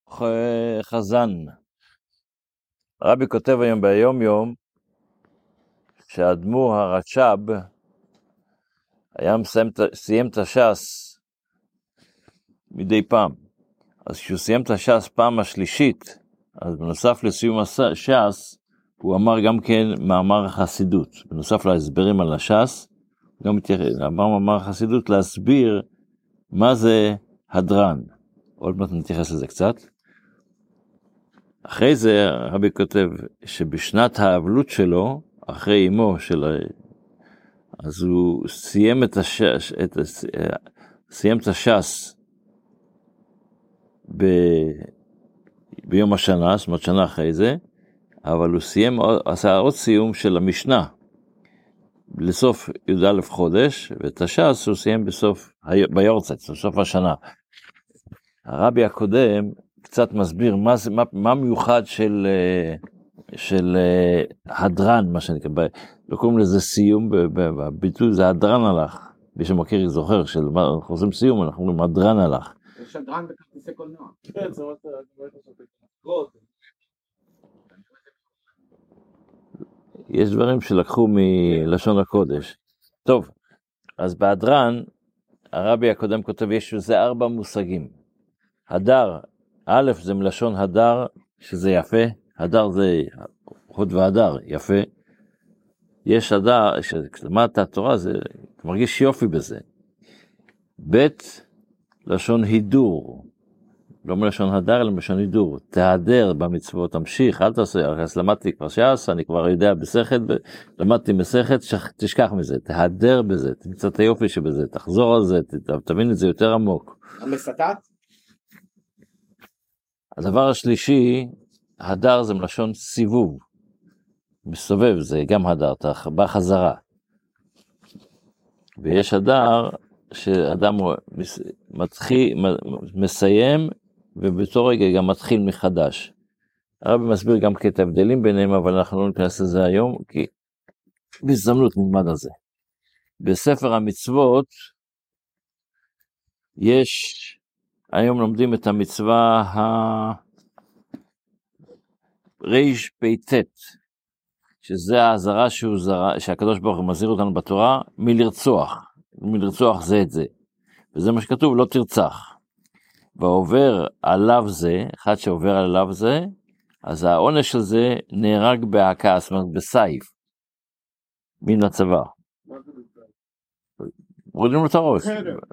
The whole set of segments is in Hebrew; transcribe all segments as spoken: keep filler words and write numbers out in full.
חזן. הרבי כותב היום ביום יום שהאדמו"ר הרש"ב היה מסיים, סיים את הש"ס מדי פעם. אז כשהוא סיים את הש"ס פעם השלישית, אז בנוסף לסיום הש"ס, הוא אמר גם כן מאמר החסידות. בנוסף להסברים על הש"ס, גם אמר מאמר החסידות להסביר מה זה הדרן. עוד מעט נתייחס לזה קצת. אחרי זה הרבי כותב שבשנת האבלות שלו, אחרי אמו של... אז הוא סיים את הש"ס, את... סיים את הש"ס ב... ביום השנה, זאת אומרת שנה אחרי זה, אבל הוא סיים, עשה עוד סיום של המשנה, לסוף י"א חודש, ואת הש"ס הוא סיים בסוף, ביורצייט, בסוף השנה. הרבי הקודם קצת מסביר מה, מה, מה מיוחד של, של הדרן, מה שנקרא, לא קוראים לזה סיום, בביטוי זה הדרן הלך, מי שמכיר זוכר, אנחנו עושים סיום, אנחנו אומרים הדרן הלך. יש הדרן בכרטיסי קולנוע. יש דברים שלקחו מלשון הקודש. טוב, אז בהדרן, הרבי הקודם כותב, יש לזה ארבע מושגים. הדר, א' זה מלשון הדר, שזה יפה, הדר זה הוד והדר, יפה. יש הדר, כשלמדת התורה, זה, אתה מרגיש יופי בזה. ב' לשון הידור, לא מלשון הדר, אלא מלשון הידור. תהדר במצוות, תמשיך, אל תעשה, אז למדתי כבר ש"ס, אני כבר יודע בשכל, למדתי מסכת, תשכח מזה, תהדר בזה, תמצא את היופי שבזה, תחזור על זה, תבין את זה יותר עמוק. המסתת? הדבר השלישי, הדר זה מלשון סיבוב, מסובב, זה גם הדר, אתה בא חזרה. ויש הדר, שאדם מתחיל, מסיים, ובתור רגע גם מתחיל מחדש. הרבי מסביר גם את ההבדלים ביניהם, אבל אנחנו לא ניכנס לזה היום, כי בהזדמנות נלמד על זה. בספר המצוות, יש, היום לומדים את המצווה הרייש פייטט, שזה ההזרה שהוא זרה, שהקדוש ברוך הוא מזהיר אותנו בתורה, מלרצוח, מלרצוח זה את זה. וזה מה שכתוב, לא תרצח. ועובר עליו זה, אחד שעובר עליו זה, אז העונש של זה נהרג בהקה, זאת אומרת בסייף, מן הצבא. מורידים לו את הראש.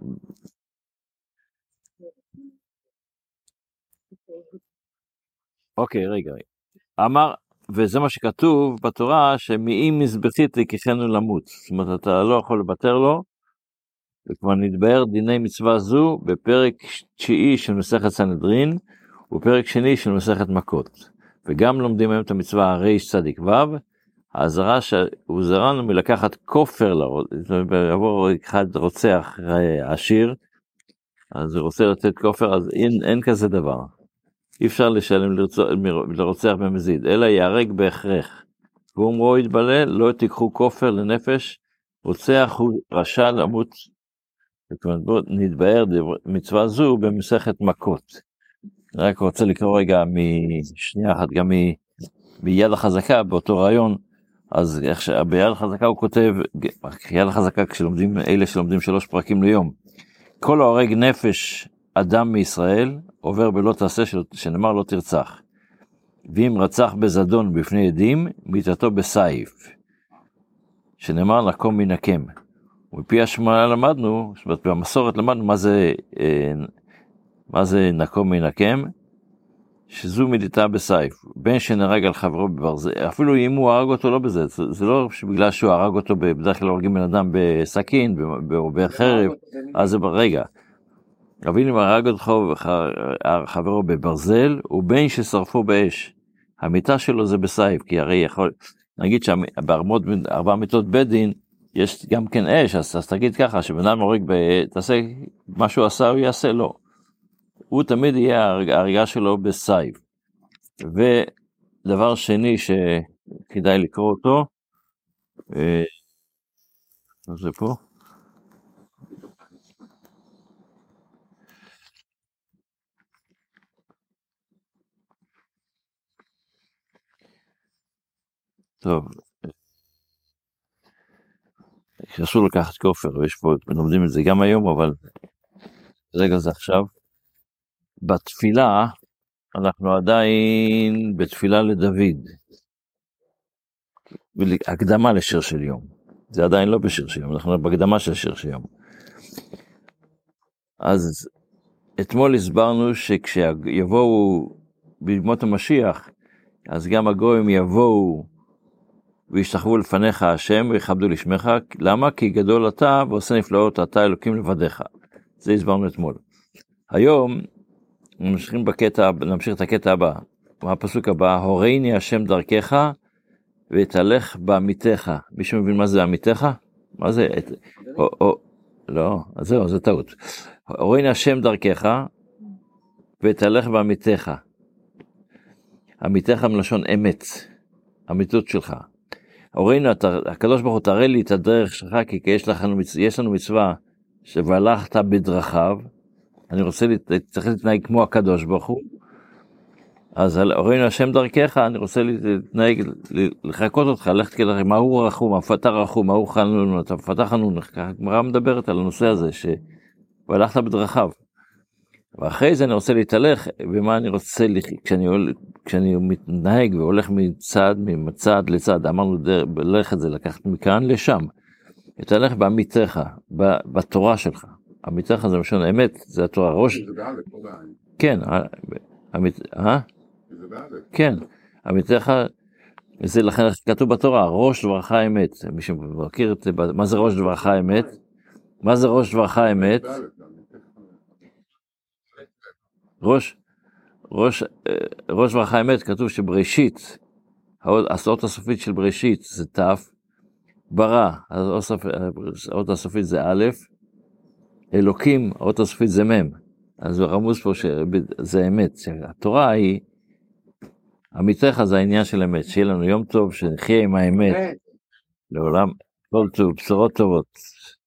אוקיי, רגע, רגע. אמר, וזה מה שכתוב בתורה, שמאם מזבחית תיקחנו למות. זאת אומרת, אתה לא יכול לוותר לו, וכבר נתבהר דיני מצווה זו בפרק תשיעי של מסכת סנהדרין, ופרק שני של מסכת מכות. וגם לומדים היום את המצווה הריש צדיק ו', האזהרה שהוא זרנו מלקחת כופר, לעבור אחד רוצח עשיר, אז הוא רוצה לתת כופר, אז אין, אין כזה דבר. אי אפשר לשלם לרוצח במזיד, אלא יהרג בהכרח. ואומרו יתבלל, לא תיקחו כופר לנפש, רוצח הוא רשע למות. זאת אומרת, בוא נתבהר מצווה זו במסכת מכות. אני רק רוצה לקרוא רגע משנייה אחת, גם מיד החזקה, באותו רעיון, אז ביד החזקה הוא כותב, יד החזקה כשלומדים, אלה שלומדים שלוש פרקים ליום, כל ההורג נפש אדם מישראל, עובר בלא תעשה, שנאמר לא תרצח. ואם רצח בזדון בפני עדים, מיתתו בסייף, שנאמר נקום מנקם. ומפי השמונה למדנו, במסורת למדנו מה זה, מה זה נקום מנקם, שזו מיתתה בסייף, בין שנהרג על חברו בברזל, אפילו אם הוא הרג אותו לא בזה, זה, זה לא בגלל שהוא הרג אותו, בדרך כלל הורגים בן אדם בסכין, או בחרב, אז זה ברגע. אבל אם הרג אותו חברו בברזל, ובין ששרפו באש, המיטה שלו זה בסייף, כי הרי יכול, נגיד שבארבע מיטות בית דין, יש גם כן אש, אז, אז תגיד ככה, שבנאדם הורג, ב, תעשה מה שהוא עשה, הוא יעשה, לא. הוא תמיד יהיה ההריגה שלו בסייף. ודבר שני שכדאי לקרוא אותו, זה פה, טוב. אסור לקחת כופר, ויש פה, לומדים את זה גם היום, אבל רגע זה עכשיו. בתפילה, אנחנו עדיין בתפילה לדוד. הקדמה לשיר של יום. זה עדיין לא בשיר של יום, אנחנו בהקדמה של שיר של יום. אז אתמול הסברנו שכשיבואו בימות המשיח, אז גם הגויים יבואו וישתחוו לפניך השם ויכבדו לשמך. למה? כי גדול אתה ועושה נפלאות אתה אלוקים לבדיך. זה הסברנו אתמול. היום נמשיכים בקטע, נמשיך את הקטע הבא. מה הפסוק הבא? הורייני השם דרכך ותלך בעמיתך. מישהו מבין מה זה עמיתך? מה זה? או, או, לא, אז זהו, זה טעות. הורייני השם דרכך ותלך בעמיתך. עמיתך מלשון אמת, אמיתות שלך. הורייני, הקדוש ברוך הוא תראה לי את הדרך שלך, כי יש לנו, יש לנו מצווה שהלכת בדרכיו. אני רוצה, צריך להתנהג כמו הקדוש ברוך הוא. אז הורייני השם דרכך, אני רוצה להתנהג, לחכות אותך, ללכת כדרכי, מה הוא רחום, מה אתה רחום, מה הוא חנון, אתה פתח חנון, הגמרא מדברת על הנושא הזה, שהלכת בדרכיו. ואחרי זה אני רוצה להתהלך, ומה אני רוצה, כשאני, כשאני מתנהג והולך מצד, מצד לצד, אמרנו, ללכת זה לקחת מכאן לשם, להתהלך בעמיתך, בתורה שלך. עמיתך זה משון אמת, זה התורה, ראש. זה באלף, לא בעין. כן, עמית, אה? זה באלף. כן, עמיתך, וזה לכן כתוב בתורה, ראש דברך אמת. מי שמכיר את זה, מה זה ראש דברך אמת? מה זה ראש דברך אמת? ראש, ראש, ראש דברך אמת, כתוב שבראשית, האות הסופית של בראשית זה תף, ברא, האות הסופית זה א', אלוקים, האות הסופית זה מם. אז רמוז פה שזה אמת, התורה היא, עמיתך זה העניין של אמת, שיהיה לנו יום טוב, שנחיה עם האמת, לעולם, כל טוב, בשורות טובות.